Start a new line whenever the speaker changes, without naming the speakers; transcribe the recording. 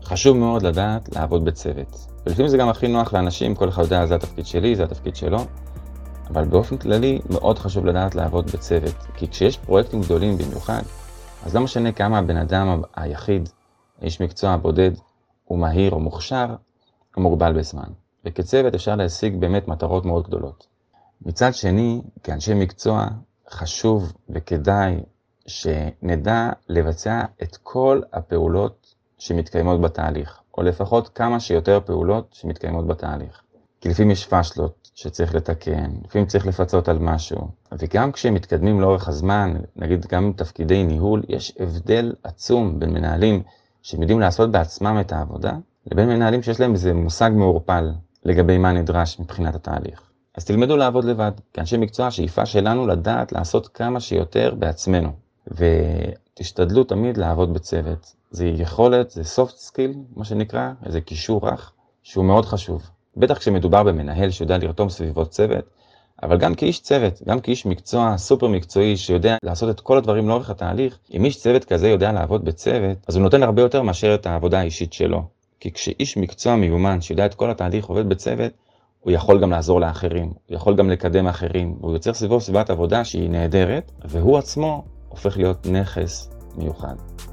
חשוב מאוד לדעת לעבוד בצוות. ולפעמים זה גם הכי נוח לאנשים, כל אחד יודע, זה התפקיד שלי, זה התפקיד שלו. אבל באופן כללי מאוד חשוב לדעת לעבוד בצוות. כי כשיש פרויקטים גדולים במיוחד, אז לא משנה כמה הבן אדם היחיד, האיש מקצוע הבודד, הוא מהיר או מוכשר, הוא מוגבל בזמן. וכצוות אפשר להשיג באמת מטרות מאוד גדולות. מצד שני, כאנשי מקצוע, חשוב וכדאי שנדע לבצע את כל הפעולות שמתקיימות בתהליך, או לפחות כמה שיותר פעולות שמתקיימות בתהליך. כי לפעמים יש פשלות שצריך לתקן, לפעמים צריך לפצות על משהו, וגם כשמתקדמים לאורך הזמן, נגיד גם תפקידי ניהול, יש הבדל עצום בין מנהלים שיודעים לעשות בעצמם את העבודה, לבין מנהלים שיש להם איזה מושג מעורפל לגבי מה נדרש מבחינת התהליך. אז תלמדו לעבוד לבד, כאנשי מקצוע השאיפה שלנו לדעת לעשות כמה שיותר בעצמנו, ותשתדלו תמיד לעבוד בצוות. זה יכולת, זה soft skill, מה שנקרא, איזה קישור רך, שהוא מאוד חשוב. בטח כשמדובר במנהל שיודע לרתום סביבות צוות, אבל גם כאיש צוות, גם כאיש מקצוע סופר מקצועי שיודע לעשות את כל הדברים לאורך התהליך, אם איש צוות כזה יודע לעבוד בצוות, אז הוא נותן הרבה יותר מאשר את העבודה האישית שלו. כי כשאיש מקצוע מיומן שיודע את כל התהליך עובד בצוות, הוא יכול גם לעזור לאחרים, הוא יכול גם לקדם אחרים, והוא יוצר סביבו סביבת עבודה שהיא נהדרת, והוא עצמו הופך להיות נכס מיוחד.